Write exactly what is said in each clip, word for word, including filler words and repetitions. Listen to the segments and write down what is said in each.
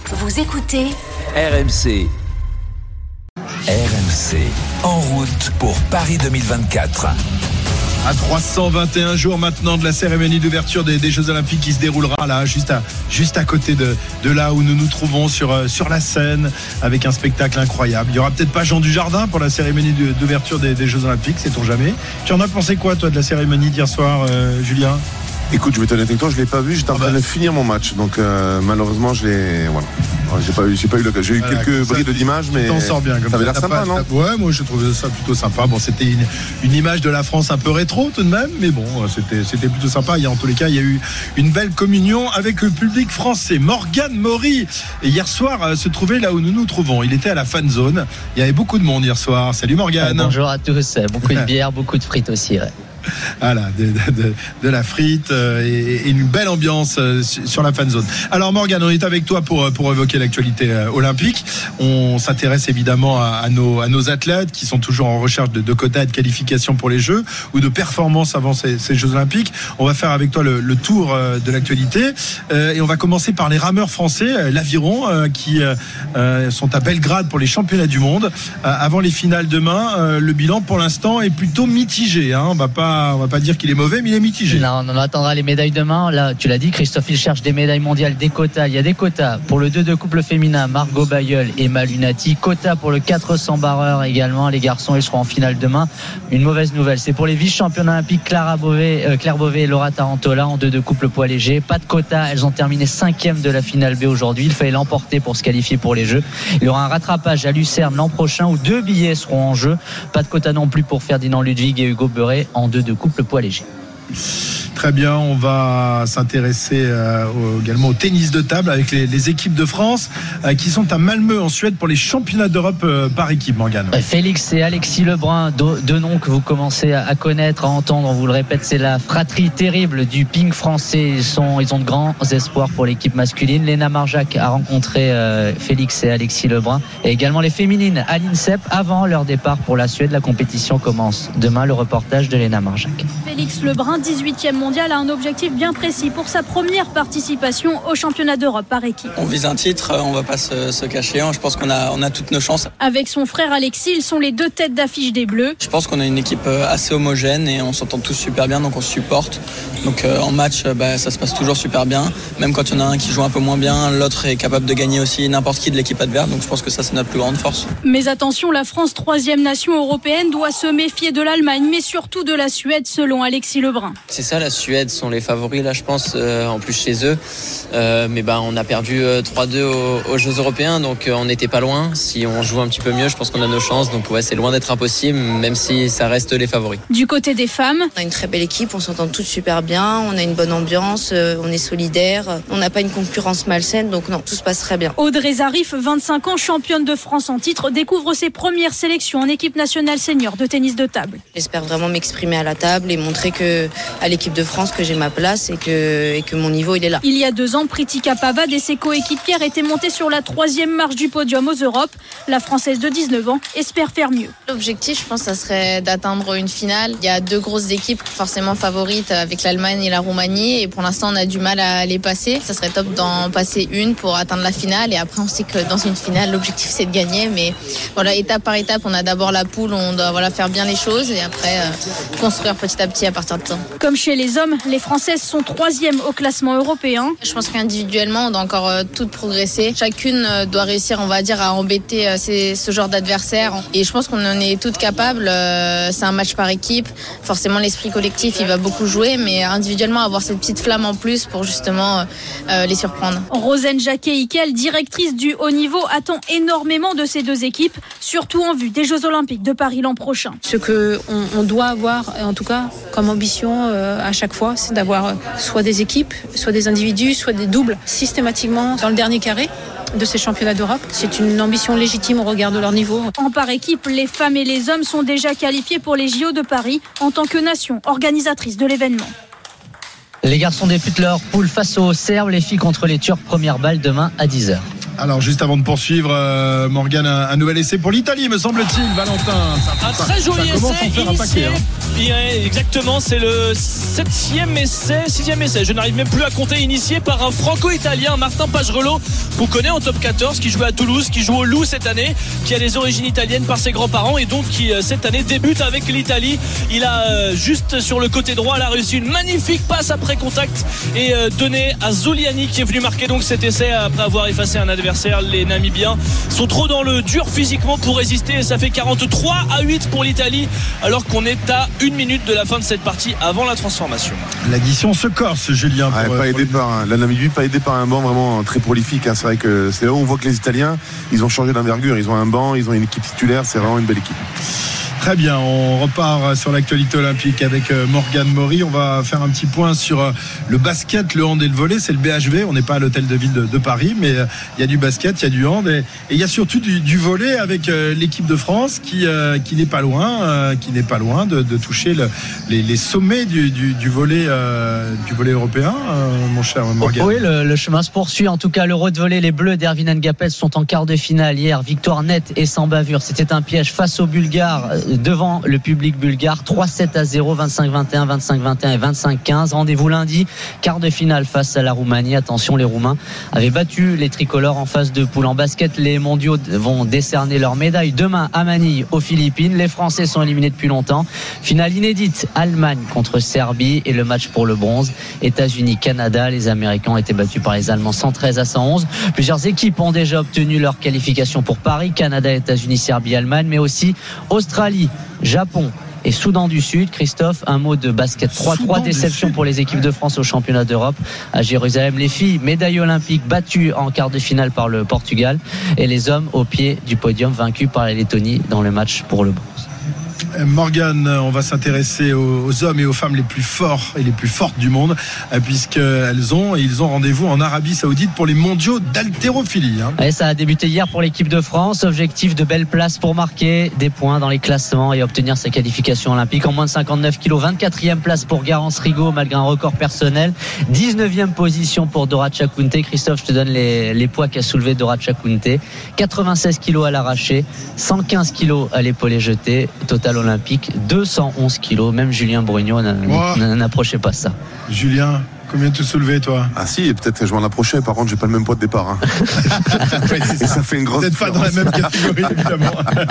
Vous écoutez R M C. R M C, en route pour Paris deux mille vingt-quatre. À trois cent vingt et un jours maintenant de la cérémonie d'ouverture des, des Jeux Olympiques qui se déroulera là, juste à, juste à côté de, de là où nous nous trouvons sur, sur la scène, avec un spectacle incroyable. Il n'y aura peut-être pas Jean Dujardin pour la cérémonie d'ouverture des, des Jeux Olympiques, sait-on jamais. Tu en as pensé quoi, toi, de la cérémonie d'hier soir, euh, Julien ? Écoute, je vais te dire avec toi, je l'ai pas vu, j'étais en train de finir mon match, donc euh, malheureusement je l'ai, voilà, j'ai pas eu, j'ai pas eu l'occasion. J'ai eu voilà, quelques brides d'images, mais t'en sors bien. Comme ça avait l'air sympa, pas, non ? Ouais, moi je trouvais ça plutôt sympa. Bon, c'était une, une image de la France un peu rétro tout de même, mais bon, c'était, c'était plutôt sympa. Et en tous les cas, il y a eu une belle communion avec le public français. Morgane Maury, hier soir, se trouvait là où nous nous trouvons. Il était à la fan zone. Il y avait beaucoup de monde hier soir. Salut Morgane. Euh, bonjour à tous. Beaucoup de bière, beaucoup de frites aussi. Ouais. Voilà, de, de, de la frite euh, et, et une belle ambiance euh, sur la fan zone. Alors Morgane, on est avec toi pour, pour évoquer l'actualité euh, olympique. On s'intéresse évidemment à, à, nos, à nos athlètes qui sont toujours en recherche de, de quotas et de qualification pour les Jeux ou de performance avant ces, ces Jeux Olympiques. On va faire avec toi le, le tour euh, de l'actualité euh, et on va commencer par les rameurs français, euh, l'aviron, euh, qui euh, sont à Belgrade pour les championnats du monde. Euh, avant les finales demain, euh, le bilan pour l'instant est plutôt mitigé. Hein. On va pas On va pas dire qu'il est mauvais, mais il est mitigé. Non, on attendra les médailles demain. Là, tu l'as dit, Christophe, il cherche des médailles mondiales, des quotas. Il y a des quotas pour le deux deux couple féminin, Margot Bayeul et Malunati. Quota pour le quatre cents barreur également. Les garçons, ils seront en finale demain. Une mauvaise nouvelle, c'est pour les vice-championnes olympiques Clara Beauvais, euh, Claire Beauvais et Laura Tarantola en deux deux couple poids léger. Pas de quota. Elles ont terminé cinquième de la finale B aujourd'hui. Il fallait l'emporter pour se qualifier pour les Jeux. Il y aura un rattrapage à Lucerne l'an prochain où deux billets seront en jeu. Pas de quota non plus pour Ferdinand Ludwig et Hugo Beuret en deux deux couple poids léger. Très bien, on va s'intéresser euh, au, également au tennis de table avec les, les équipes de France euh, qui sont à Malmö en Suède pour les championnats d'Europe euh, par équipe, Morgane. Félix et Alexis Lebrun, deux, deux noms que vous commencez à, à connaître, à entendre, on vous le répète, c'est la fratrie terrible du ping français. Ils, sont, ils ont de grands espoirs pour l'équipe masculine. Léna Marjac a rencontré euh, Félix et Alexis Lebrun et également les féminines à l'INSEP avant leur départ pour la Suède. La compétition commence demain, le reportage de Léna Marjac. Félix Lebrun, dix-huitième mondial, a un objectif bien précis pour sa première participation au championnat d'Europe par équipe. On vise un titre, on ne va pas se, se cacher, je pense qu'on a, on a toutes nos chances. Avec son frère Alexis, ils sont les deux têtes d'affiche des Bleus. Je pense qu'on a une équipe assez homogène et on s'entend tous super bien, donc on se supporte. Donc euh, en match, bah, ça se passe toujours super bien. Même quand il y en a un qui joue un peu moins bien, l'autre est capable de gagner aussi n'importe qui de l'équipe adverse. Donc je pense que ça, c'est notre plus grande force. Mais attention, la France, troisième nation européenne, doit se méfier de l'Allemagne, mais surtout de la Suède, selon Alexis Lebrun. C'est ça, la Suède sont les favoris là, je pense, euh, en plus chez eux. Euh, mais ben, on a perdu euh, trois deux aux, aux Jeux européens, donc euh, on n'était pas loin. Si on joue un petit peu mieux, je pense qu'on a nos chances. Donc ouais, c'est loin d'être impossible, même si ça reste les favoris. Du côté des femmes, on a une très belle équipe, on s'entend toutes super bien, on a une bonne ambiance, euh, on est solidaires, on n'a pas une concurrence malsaine, donc non, tout se passe très bien. Audrey Zarif, vingt-cinq ans, championne de France en titre, découvre ses premières sélections en équipe nationale senior de tennis de table. J'espère vraiment m'exprimer à la table et montrer que, à l'équipe de France que j'ai ma place et que, et que mon niveau il est là. Il y a deux ans, Pritika Pavad et ses coéquipières étaient montées sur la troisième marche du podium aux Europes. La Française de dix-neuf ans espère faire mieux. L'objectif, je pense, ça serait d'atteindre une finale. Il y a deux grosses équipes forcément favorites avec l'Allemagne et la Roumanie et pour l'instant on a du mal à les passer. Ça serait top d'en passer une pour atteindre la finale et après on sait que dans une finale l'objectif c'est de gagner, mais voilà, étape par étape, on a d'abord la poule, on doit voilà, faire bien les choses et après euh, construire petit à petit à partir de ça. Comme chez les hommes, les Françaises sont troisième au classement européen. Je pense qu'individuellement on doit encore euh, toutes progresser. Chacune euh, doit réussir, on va dire, à embêter euh, ces, ce genre d'adversaire et je pense qu'on en est toutes capables. Euh, c'est un match par équipe, forcément l'esprit collectif il va beaucoup jouer, mais individuellement avoir cette petite flamme en plus pour justement euh, euh, les surprendre. Rosane Jacquet-Hickel, directrice du haut niveau, attend énormément de ces deux équipes, surtout en vue des Jeux Olympiques de Paris l'an prochain. Ce qu'on on doit avoir, en tout cas comme ambition euh, à chaque fois, c'est d'avoir soit des équipes, soit des individus, soit des doubles systématiquement dans le dernier carré de ces championnats d'Europe. C'est une ambition légitime au regard de leur niveau. En par équipe, les femmes et les hommes sont déjà qualifiés pour les J O de Paris en tant que nation organisatrice de l'événement. Les garçons débutent leur poule face aux Serbes, les filles contre les Turcs, première balle demain à dix heures. Alors juste avant de poursuivre, euh, Morgane, un, un nouvel essai pour l'Italie, me semble-t-il, Valentin. Ça, un ça, très joli ça essai initié. Attaquer, hein. Ouais, exactement, c'est le septième essai, sixième essai, je n'arrive même plus à compter, initié par un franco-italien, Martin Pagerello, qu'on connaît en top quatorze, qui jouait à Toulouse, qui joue au Loup cette année, qui a des origines italiennes par ses grands-parents et donc qui cette année débute avec l'Italie. Il a juste sur le côté droit, il a réussi une magnifique passe après contact et donné à Zuliani qui est venu marquer donc cet essai après avoir effacé un adversaire. Les Namibiens sont trop dans le dur physiquement pour résister et ça fait quarante-trois à huit pour l'Italie alors qu'on est à une minute de la fin de cette partie avant la transformation. L'addition se corse, Julien. Pour, ouais, pas aidé par un, la Namibie, pas aidé par un banc vraiment très prolifique. Hein. C'est vrai que c'est là où on voit que les Italiens, ils ont changé d'envergure. Ils ont un banc, ils ont une équipe titulaire. C'est vraiment une belle équipe. Très bien, on repart sur l'actualité olympique avec Morgane Maury. On va faire un petit point sur le basket, le hand et le volley. C'est le B H V, on n'est pas à l'hôtel de ville de, de Paris, mais il y a du basket, il y a du hand et, et il y a surtout du, du volley avec l'équipe de France qui, euh, qui n'est pas loin, euh, qui n'est pas loin de, de toucher le, les, les sommets du, du, du volley, euh, du volley européen, euh, mon cher Morgane. Oui, le, le chemin se poursuit. En tout cas, l'Euro de volley, les Bleus d'Ervin Ngapel sont en quart de finale hier. Victoire nette et sans bavure. C'était un piège face aux Bulgares. Devant le public bulgare, trois sept à zéro, vingt-cinq vingt et un, vingt-cinq vingt et un et vingt-cinq quinze. Rendez-vous lundi, quart de finale face à la Roumanie. Attention, les Roumains avaient battu les tricolores en phase de poule. En basket, les mondiaux vont décerner leur médaille demain à Manille aux Philippines. Les Français sont éliminés depuis longtemps. Finale inédite, Allemagne contre Serbie et le match pour le bronze, États-Unis Canada. Les Américains ont été battus par les Allemands cent treize à cent onze. Plusieurs équipes ont déjà obtenu leur qualification pour Paris, Canada, États-Unis, Serbie, Allemagne, mais aussi Australie, Japon et Soudan du Sud. Christophe, un mot de basket. trois trois déceptions pour les équipes de France au championnat d'Europe à Jérusalem. Les filles, médaille olympique, battues en quart de finale par le Portugal, et les hommes au pied du podium, vaincus par la Lettonie dans le match pour le bronze. Morgane, on va s'intéresser aux hommes et aux femmes les plus forts et les plus fortes du monde, puisqu'elles ont et ils ont rendez-vous en Arabie Saoudite pour les mondiaux d'haltérophilie. Hein. Et ça a débuté hier pour l'équipe de France. Objectif de belles places pour marquer des points dans les classements et obtenir sa qualification olympique en moins de cinquante-neuf kilos. vingt-quatrième place pour Garance Rigaud malgré un record personnel. dix-neuvième position pour Dora Tchakounté. Christophe, je te donne les, les poids qu'a soulevé Dora Tchakounté. quatre-vingt-seize kilos à l'arraché, cent quinze kilos à l'épaulé jeté. Total olympique, deux cent onze kilos. Même Julien Brugnon wow. n'approchait pas ça. Julien, combien tu soulevais, toi? Ah si, peut-être je m'en approchais. Par contre, j'ai pas le même poids de départ. Hein. Ouais, et ça. ça fait une grosse Peut-être pas dans la même catégorie, évidemment.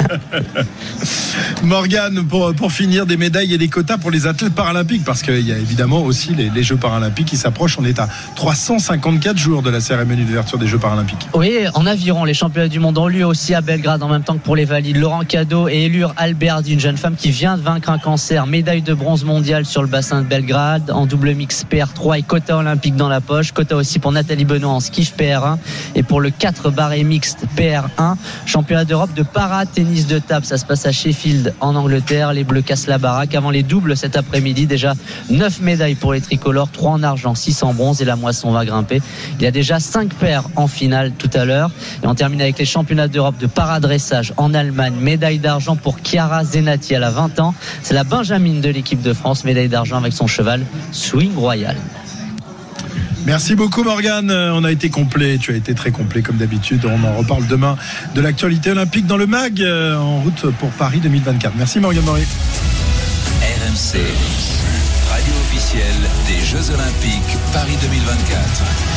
Morgane, pour, pour finir, des médailles et des quotas pour les athlètes paralympiques, parce qu'il y a évidemment aussi les, les Jeux paralympiques qui s'approchent. On est à trois cent cinquante-quatre jours de la cérémonie d'ouverture des Jeux paralympiques. Oui, en aviron, les championnats du monde ont lieu aussi à Belgrade en même temps que pour les valides. Laurent Cadeau et Élure Alberdi, une jeune femme qui vient de vaincre un cancer, médaille de bronze mondiale sur le bassin de Belgrade, en double mix P R trois et quota olympique dans la poche. Quota aussi pour Nathalie Benoît en skiff P R un et pour le quatre barré mixte P R un. Championnat d'Europe de para-tennis de table, ça se passe à Sheffield en Angleterre. Les Bleus cassent la baraque avant les doubles cet après-midi. Déjà neuf médailles pour les tricolores, trois en argent, six en bronze, et la moisson va grimper. Il y a déjà cinq paires en finale tout à l'heure. Et on termine avec les championnats d'Europe de paradressage en Allemagne. Médaille d'argent pour Chiara Zenati, elle a vingt ans. C'est la benjamine de l'équipe de France. Médaille d'argent avec son cheval Swing Royal. Merci beaucoup Morgane, on a été complet, tu as été très complet comme d'habitude. On en reparle demain de l'actualité olympique dans le MAG en route pour Paris deux mille vingt-quatre. Merci Morgane Maury. R M C, radio officielle des Jeux Olympiques Paris deux mille vingt-quatre.